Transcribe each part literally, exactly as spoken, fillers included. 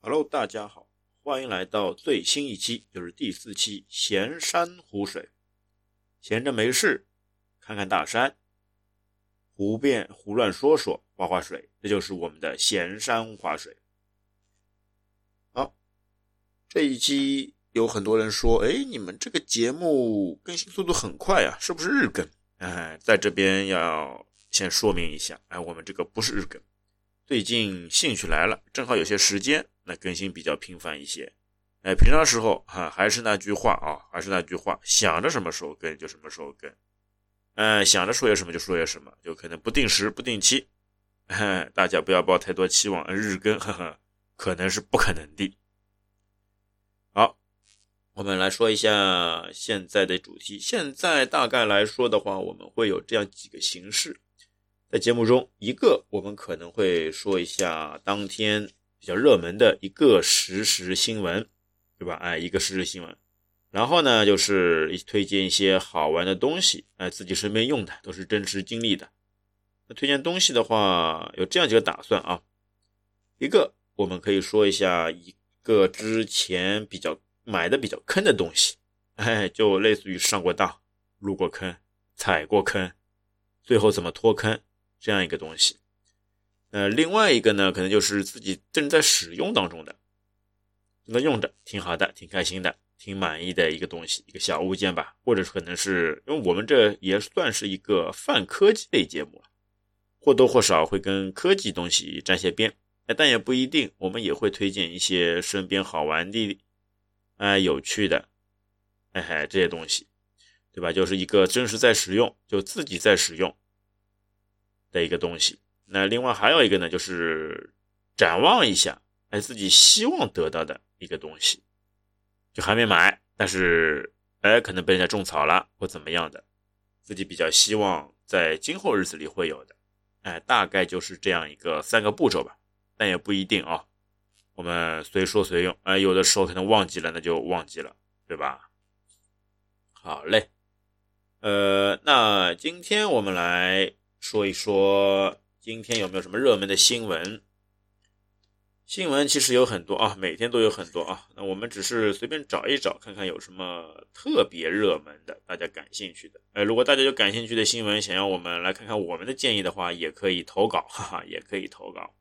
Hello，大家好，欢迎来到最新一期，就是第四期闲山湖水。闲着没事，看看大山，胡变胡乱说说，划划水，这就是我们的闲山划水。好，这一期有很多人说，诶，你们这个节目更新速度很快啊，是不是日更？哎，在这边要先说明一下，哎，我们这个不是日更。最近兴趣来了，正好有些时间，那更新比较频繁一些。哎，平常时候哈、啊，还是那句话啊，还是那句话，想着什么时候更就什么时候更。哎，想着说些什么就说些什么，就可能不定时不定期。哎，大家不要抱太多期望，日更呵呵，可能是不可能的。好，我们来说一下现在的主题。现在大概来说的话，我们会有这样几个形式。在节目中，一个我们可能会说一下当天比较热门的一个实时新闻，对吧？哎，一个实时新闻。然后呢，就是推荐一些好玩的东西，哎，自己身边用的，都是真实经历的。那推荐东西的话，有这样几个打算啊。一个，我们可以说一下一个之前比较买的比较坑的东西，哎，就类似于上过当、入过坑、踩过坑，最后怎么脱坑。这样一个东西。呃，另外一个呢，可能就是自己正在使用当中的，正在用着，挺好的，挺开心的，挺满意的一个东西，一个小物件吧，或者可能是因为我们这也算是一个泛科技类节目了，或多或少会跟科技东西沾些边，但也不一定，我们也会推荐一些身边好玩的、哎、有趣的，哎嗨，这些东西，对吧？就是一个真实在使用，就自己在使用的一个东西。那另外还有一个呢，就是展望一下，哎，自己希望得到的一个东西，就还没买，但是哎，可能被人家种草了或怎么样的，自己比较希望在今后日子里会有的，哎，大概就是这样一个三个步骤吧，但也不一定啊，我们随说随用，哎，有的时候可能忘记了，那就忘记了，对吧？好嘞，呃，那今天我们来说一说今天有没有什么热门的新闻。新闻其实有很多啊，每天都有很多啊，那我们只是随便找一找，看看有什么特别热门的大家感兴趣的。呃，如果大家有感兴趣的新闻想要我们来看看我们的建议的话，也可以投稿，哈哈，也可以投稿。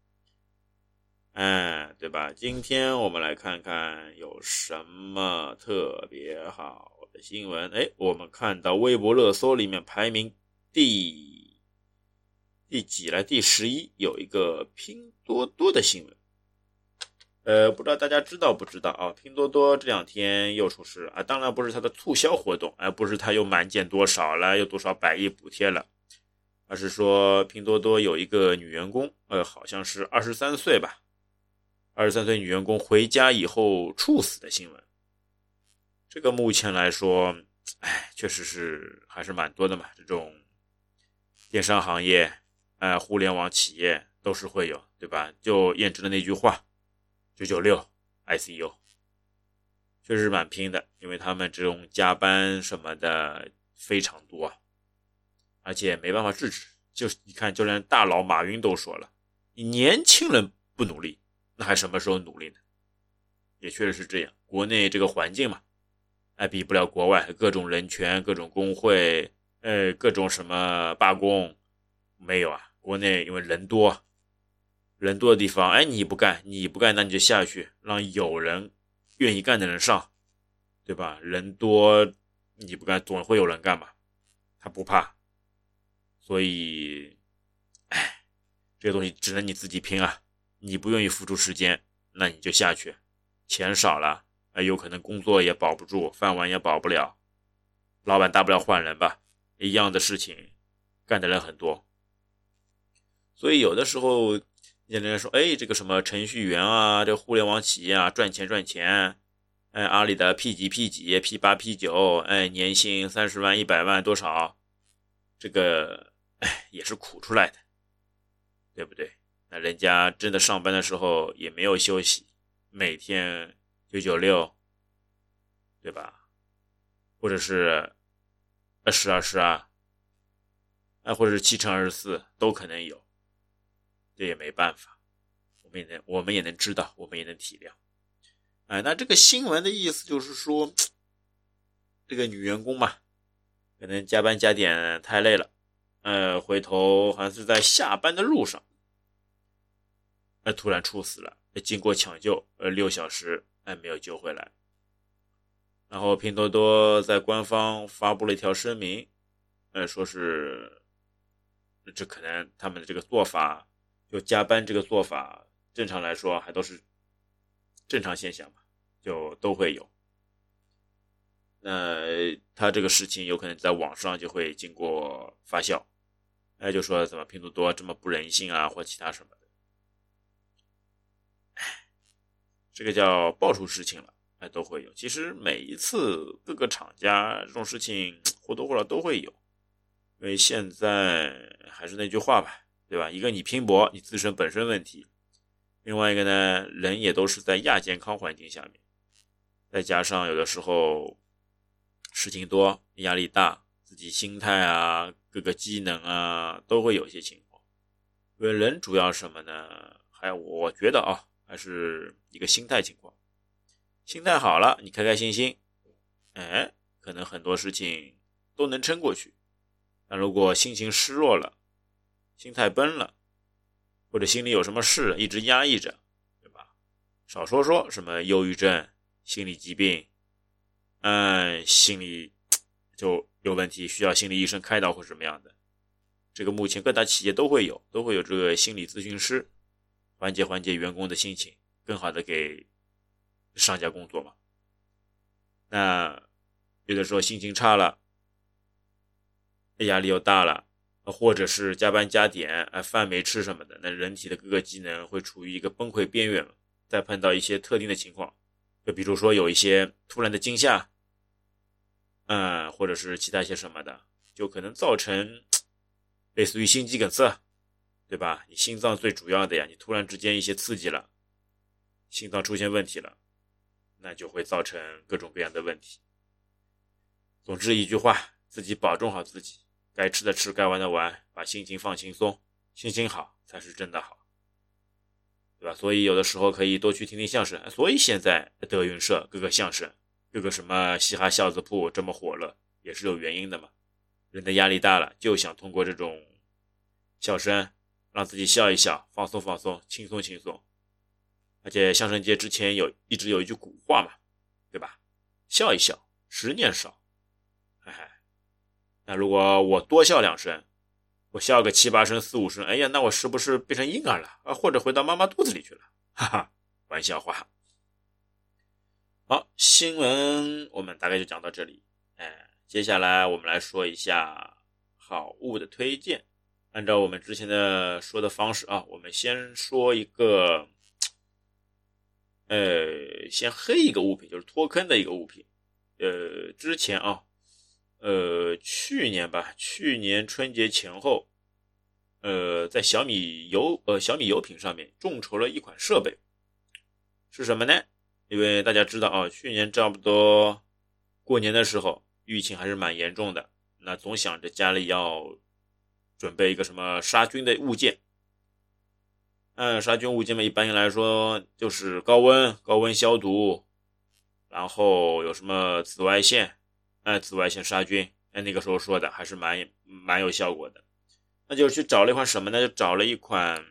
嗯，对吧？今天我们来看看有什么特别好的新闻。诶，我们看到微博热搜里面排名第第几来？第十一，有一个拼多多的新闻。呃，不知道大家知道不知道啊？拼多多这两天又出事啊，当然不是它的促销活动，而、呃、不是它又满减多少了，又多少百亿补贴了，而是说拼多多有一个女员工，呃，好像是二十三岁吧。二十三岁女员工回家以后猝死的新闻，这个目前来说，哎，确实是还是蛮多的嘛。这种电商行业，哎，互联网企业都是会有，对吧？就验证了那句话，九九六 I C U， 确实蛮拼的，因为他们这种加班什么的非常多，而且没办法制止。就是你看，就连大佬马云都说了，你年轻人不努力，那还什么时候努力呢？也确实是这样，国内这个环境嘛，哎，比不了国外，各种人权，各种工会，呃，各种什么罢工，没有啊。国内因为人多，人多的地方，哎，你不干，你不干，那你就下去，让有人愿意干的人上，对吧？人多，你不干，总会有人干嘛，他不怕，所以，哎，这个东西只能你自己拼啊。你不愿意付出时间，那你就下去，钱少了，有可能工作也保不住，饭碗也保不了，老板大不了换人吧，一样的事情干的人很多。所以有的时候有人说，哎，这个什么程序员啊，这个互联网企业啊，赚钱赚钱，哎，阿里的 P 几 P 几 P 八 P 九，哎，年薪三十万一百万多少，这个哎也是苦出来的，对不对？那人家真的上班的时候也没有休息，每天九九六，对吧？或者是二十二十二，哎，或者是七乘二十四都可能有，这也没办法。我们也能我们也能知道，我们也能体谅。哎，那这个新闻的意思就是说，这个女员工嘛，可能加班加点太累了，呃，回头好像是在下班的路上，呃，突然猝死了，经过抢救，呃，六小时，哎，没有救回来。然后拼多多在官方发布了一条声明，呃，说是这可能他们的这个做法，就加班这个做法，正常来说还都是正常现象嘛，就都会有。那他这个事情有可能在网上就会经过发酵，哎，就说怎么拼多多这么不人性啊，或其他什么的，这个叫爆出事情了，哎，都会有。其实每一次各个厂家这种事情或多或少都会有，因为现在还是那句话吧，对吧？一个你拼搏，你自身本身问题；另外一个呢，人也都是在亚健康环境下面，再加上有的时候事情多，压力大，自己心态啊，各个机能啊，都会有一些情况。因为人主要什么呢？还有我觉得啊，还是一个心态情况。心态好了，你开开心心，哎，可能很多事情都能撑过去。但如果心情失落了，心态崩了，或者心里有什么事一直压抑着，对吧？少说说什么忧郁症、心理疾病，嗯，心理就有问题，需要心理医生开导或什么样的。这个目前各大企业都会有，都会有这个心理咨询师，缓解缓解员工的心情，更好的给上家工作嘛。那有的时候心情差了，压力又大了，或者是加班加点，饭没吃什么的，那人体的各个机能会处于一个崩溃边缘了。再碰到一些特定的情况，就比如说有一些突然的惊吓，嗯，或者是其他一些什么的，就可能造成类似于心肌梗塞，对吧？你心脏最主要的呀，你突然之间一些刺激了，心脏出现问题了，那就会造成各种各样的问题。总之一句话，自己保重好自己，该吃的吃，该玩的玩，把心情放轻松，心情好才是真的好，对吧？所以有的时候可以多去听听相声。所以现在德云社各个相声，各个什么嘻哈笑子铺这么火了，也是有原因的嘛。人的压力大了，就想通过这种笑声让自己笑一笑，放松放松，轻松轻松。而且相声界之前有一直有一句古话嘛，对吧？笑一笑，十年少。嘿嘿，那如果我多笑两声，我笑个七八声、四五声，哎呀，那我是不是变成婴儿了啊？或者回到妈妈肚子里去了？哈哈，玩笑话。好，新闻我们大概就讲到这里。哎，接下来我们来说一下好物的推荐。按照我们之前的说的方式啊，我们先说一个，呃，先黑一个物品，就是脱坑的一个物品。呃，之前啊，呃，去年吧，去年春节前后，呃，在小米油呃小米油品上面众筹了一款设备，是什么呢？因为大家知道啊，去年差不多过年的时候，疫情还是蛮严重的，那总想着家里要准备一个什么杀菌的物件。嗯，杀菌物件嘛，一般来说就是高温、高温消毒，然后有什么紫外线，哎，紫外线杀菌，哎，那个时候说的还是蛮蛮有效果的。那就去找了一款什么呢？就找了一款，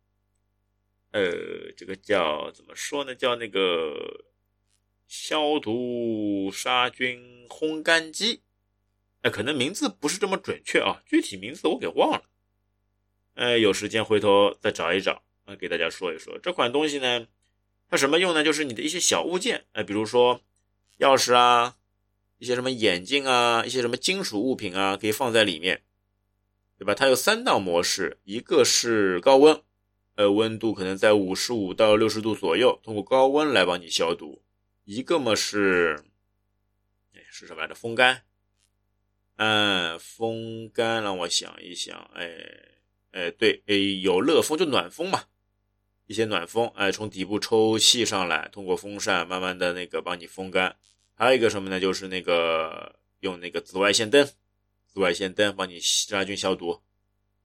呃，这个叫怎么说呢？叫那个消毒杀菌烘干机。哎，可能名字不是这么准确啊，具体名字我给忘了。哎，有时间回头再找一找啊，给大家说一说这款东西呢。它什么用呢？就是你的一些小物件，哎，比如说钥匙啊，一些什么眼镜啊，一些什么金属物品啊，可以放在里面，对吧？它有三档模式，一个是高温，呃，温度可能在五十五到六十度左右，通过高温来帮你消毒。一个嘛是，哎，是什么来着？风干。嗯，风干，让我想一想，哎，哎，对，哎，有热风就暖风嘛。一些暖风，哎，从底部抽气上来，通过风扇慢慢的那个帮你风干。还有一个什么呢？就是那个用那个紫外线灯，紫外线灯帮你杀菌消毒。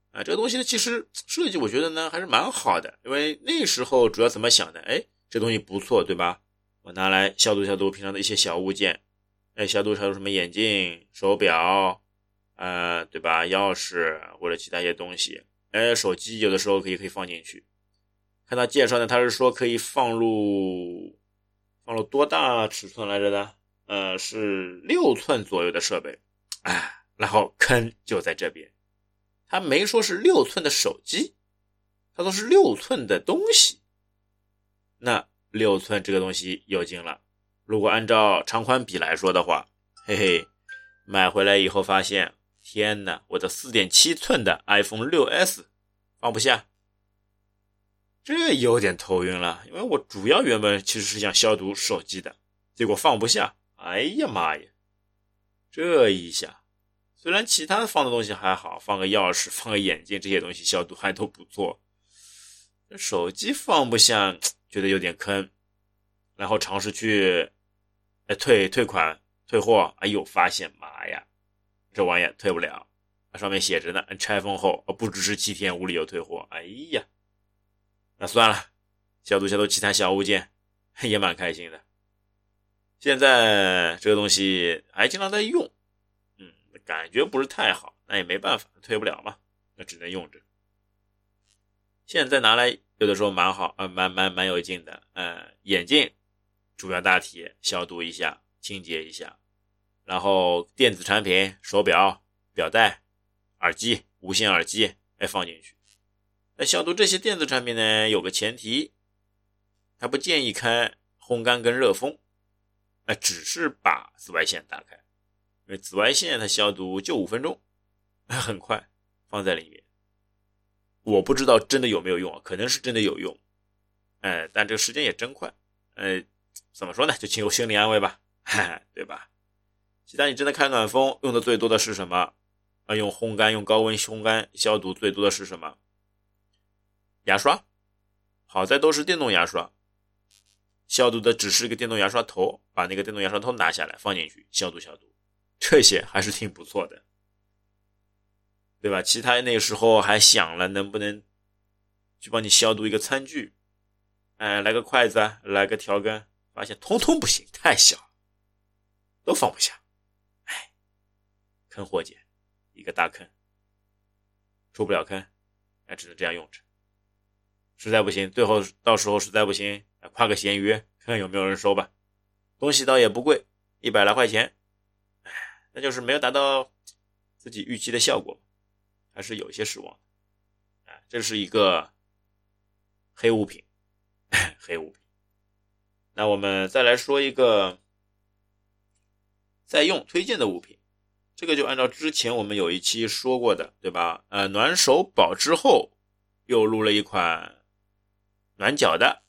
啊，这个东西呢，其实设计我觉得呢还是蛮好的，因为那时候主要怎么想的？哎，这东西不错，对吧？我拿来消毒消毒平常的一些小物件，哎，消毒消毒什么眼镜、手表，呃，对吧？钥匙或者其他一些东西，哎，手机有的时候可以可以放进去。看到介绍呢，他是说可以放入放入多大尺寸来着的？呃，是六寸左右的设备，哎，然后坑就在这边。他没说是六寸的手机，他说是六寸的东西。那六寸这个东西有劲了，如果按照长宽比来说的话，嘿嘿，买回来以后发现，天哪，我的 四点七寸的 iPhone 六 S 放不下，这有点头晕了，因为我主要原本其实是想消毒手机的，结果放不下，哎呀妈呀，这一下虽然其他放的东西还好，放个钥匙放个眼镜这些东西消毒还都不错，这手机放不下觉得有点坑，然后尝试去哎退退款退货，哎呦发现妈呀这玩意儿退不了，上面写着呢拆封后不支持七天无理由退货，哎呀那算了，消毒消毒其他小物件也蛮开心的。现在这个东西还经常在用，嗯，感觉不是太好，那也没办法，退不了嘛，那只能用着。现在拿来有的时候蛮好，呃，蛮蛮蛮有劲的。呃，眼镜主要大体消毒一下，清洁一下，然后电子产品，手表、表带、耳机、无线耳机，哎放进去。那消毒这些电子产品呢，有个前提，它不建议开烘干跟热风，呃，只是把紫外线打开，因为紫外线它消毒就五分钟，很快放在里面。我不知道真的有没有用啊，可能是真的有用，哎，但这个时间也真快，呃，怎么说呢，就请我心理安慰吧，哈哈，对吧？其他你真的开暖风用的最多的是什么？啊，用烘干用高温烘干消毒最多的是什么？牙刷，好在都是电动牙刷，消毒的只是一个电动牙刷头，把那个电动牙刷头拿下来放进去消毒消毒，这些还是挺不错的，对吧？其他那个时候还想了能不能去帮你消毒一个餐具，哎，来个筷子来个调羹，发现通通不行，太小了，都放不下，哎，坑活结，一个大坑，出不了坑，哎，只能这样用着。实在不行，最后到时候实在不行，跨个闲鱼，看看有没有人收吧。东西倒也不贵，一百来块钱，那就是没有达到自己预期的效果，还是有一些失望。这是一个黑物品，黑物品。那我们再来说一个在用推荐的物品，这个就按照之前我们有一期说过的，对吧？呃，暖手宝之后又录了一款暖脚的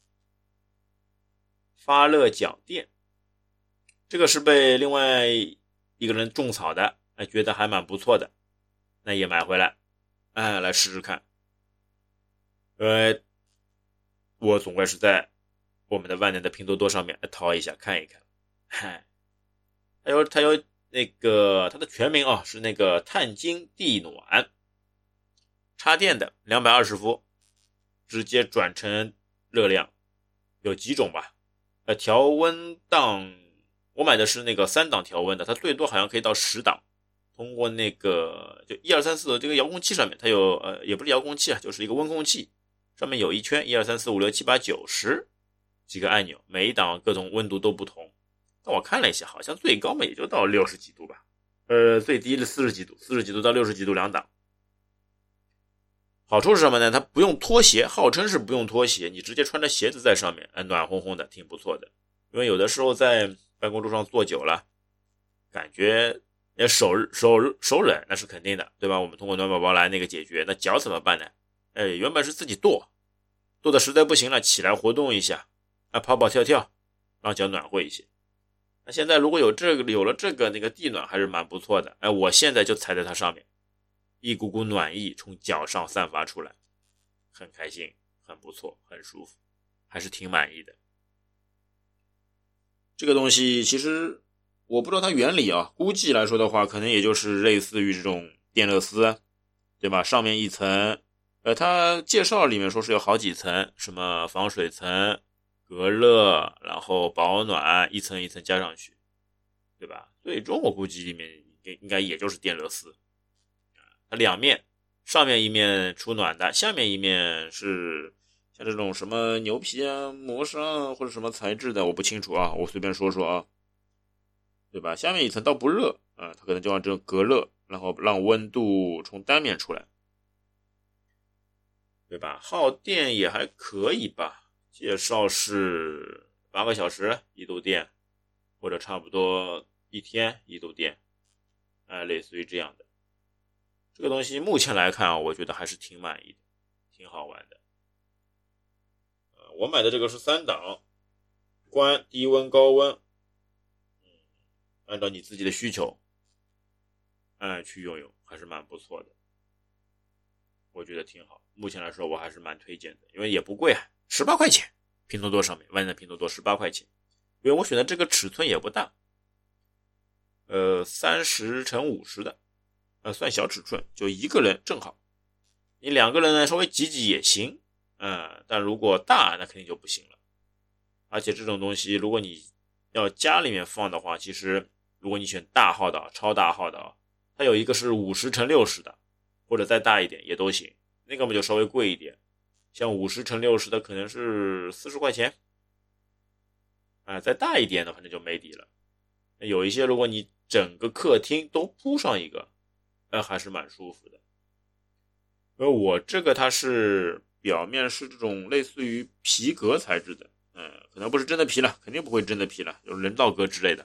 发热脚垫，这个是被另外一个人种草的，哎，觉得还蛮不错的，那也买回来，哎，来试试看。呃，我总归是在我们的万能的拼多多上面淘一下看一看，嗨，还有它有那个它的全名啊是那个碳晶地暖，插电的两百二十伏，直接转成热量，有几种吧？呃，调温档，我买的是那个三档调温的，它最多好像可以到十档。通过那个就一二三四的这个遥控器上面，它有呃也不是遥控器啊，就是一个温控器，上面有一圈一二三四五六七八九十几个按钮，每一档各种温度都不同。但我看了一下，好像最高嘛也就到六十几度吧，呃，最低的四十几度，四十几度到六十几度两档。好处是什么呢？它不用脱鞋，号称是不用脱鞋，你直接穿着鞋子在上面，暖烘烘的，挺不错的。因为有的时候在办公桌上坐久了，感觉手手手冷那是肯定的，对吧？我们通过暖宝宝来那个解决，那脚怎么办呢？哎，原本是自己跺，跺的实在不行了，起来活动一下，啊，跑跑跳跳，让脚暖和一些。那现在如果有这个有了这个那个地暖还是蛮不错的，哎，我现在就踩在它上面。一股股暖意从脚上散发出来，很开心，很不错，很舒服，还是挺满意的。这个东西其实我不知道它原理啊，估计来说的话可能也就是类似于这种电热丝对吧？上面一层，呃，它介绍里面说是有好几层，什么防水层、隔热，然后保暖，一层一层加上去，对吧？最终我估计里面应该也就是电热丝，它两面，上面一面出暖的，下面一面是像这种什么牛皮啊、磨砂啊或者什么材质的，我不清楚啊，我随便说说啊，对吧？下面一层倒不热啊，它可能就让这种隔热，然后让温度从单面出来，对吧？耗电也还可以吧，介绍是八个小时一度电，或者差不多一天一度电，哎，类似于这样的。这个东西目前来看啊，我觉得还是挺满意的，挺好玩的。呃，我买的这个是三档，关低温高温，嗯，按照你自己的需求，哎，去用用，还是蛮不错的。我觉得挺好，目前来说我还是蛮推荐的，因为也不贵啊，十八块钱，拼多多上面，万能拼多多十八块钱，因为我选的这个尺寸也不大，呃，三十乘五十的，呃，算小尺寸，就一个人正好，你两个人呢稍微挤挤也行，嗯，但如果大那肯定就不行了，而且这种东西如果你要家里面放的话，其实如果你选大号的、超大号的，它有一个是五十乘六十的。或者再大一点也都行，那个嘛就稍微贵一点，像五十乘六十的可能是四十块钱，啊、呃，再大一点的反正就没底了。有一些如果你整个客厅都铺上一个，呃，还是蛮舒服的。而我这个它是表面是这种类似于皮革材质的，嗯、呃，可能不是真的皮了，肯定不会真的皮了，有人造革之类的。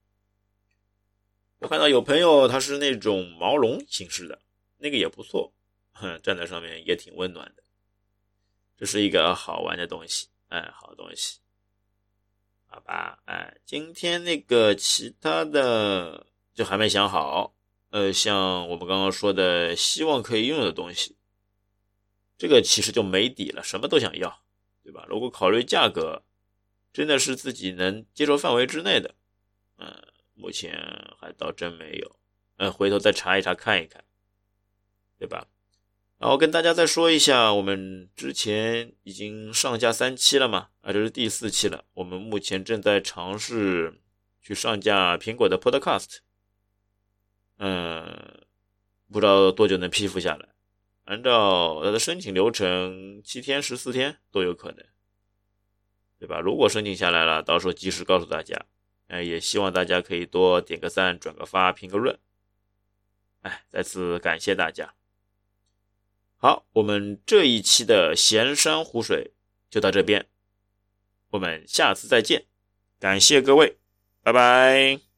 我看到有朋友他是那种毛绒形式的。那个也不错，站在上面也挺温暖的，这是一个好玩的东西，哎，好东西，好吧，哎，今天那个其他的就还没想好，呃，像我们刚刚说的，希望可以用的东西，这个其实就没底了，什么都想要，对吧？如果考虑价格，真的是自己能接受范围之内的，嗯、呃，目前还倒真没有，嗯、呃，回头再查一查看一看。对吧？然后跟大家再说一下，我们之前已经上架三期了嘛，啊，这是第四期了。我们目前正在尝试去上架苹果的 Podcast， 嗯，不知道多久能批复下来。按照它的申请流程，七天、十四天都有可能，对吧？如果申请下来了，到时候及时告诉大家。哎，也希望大家可以多点个赞、转个发、评个论。哎，再次感谢大家。好，我们这一期的闲山湖水就到这边，我们下次再见，感谢各位，拜拜。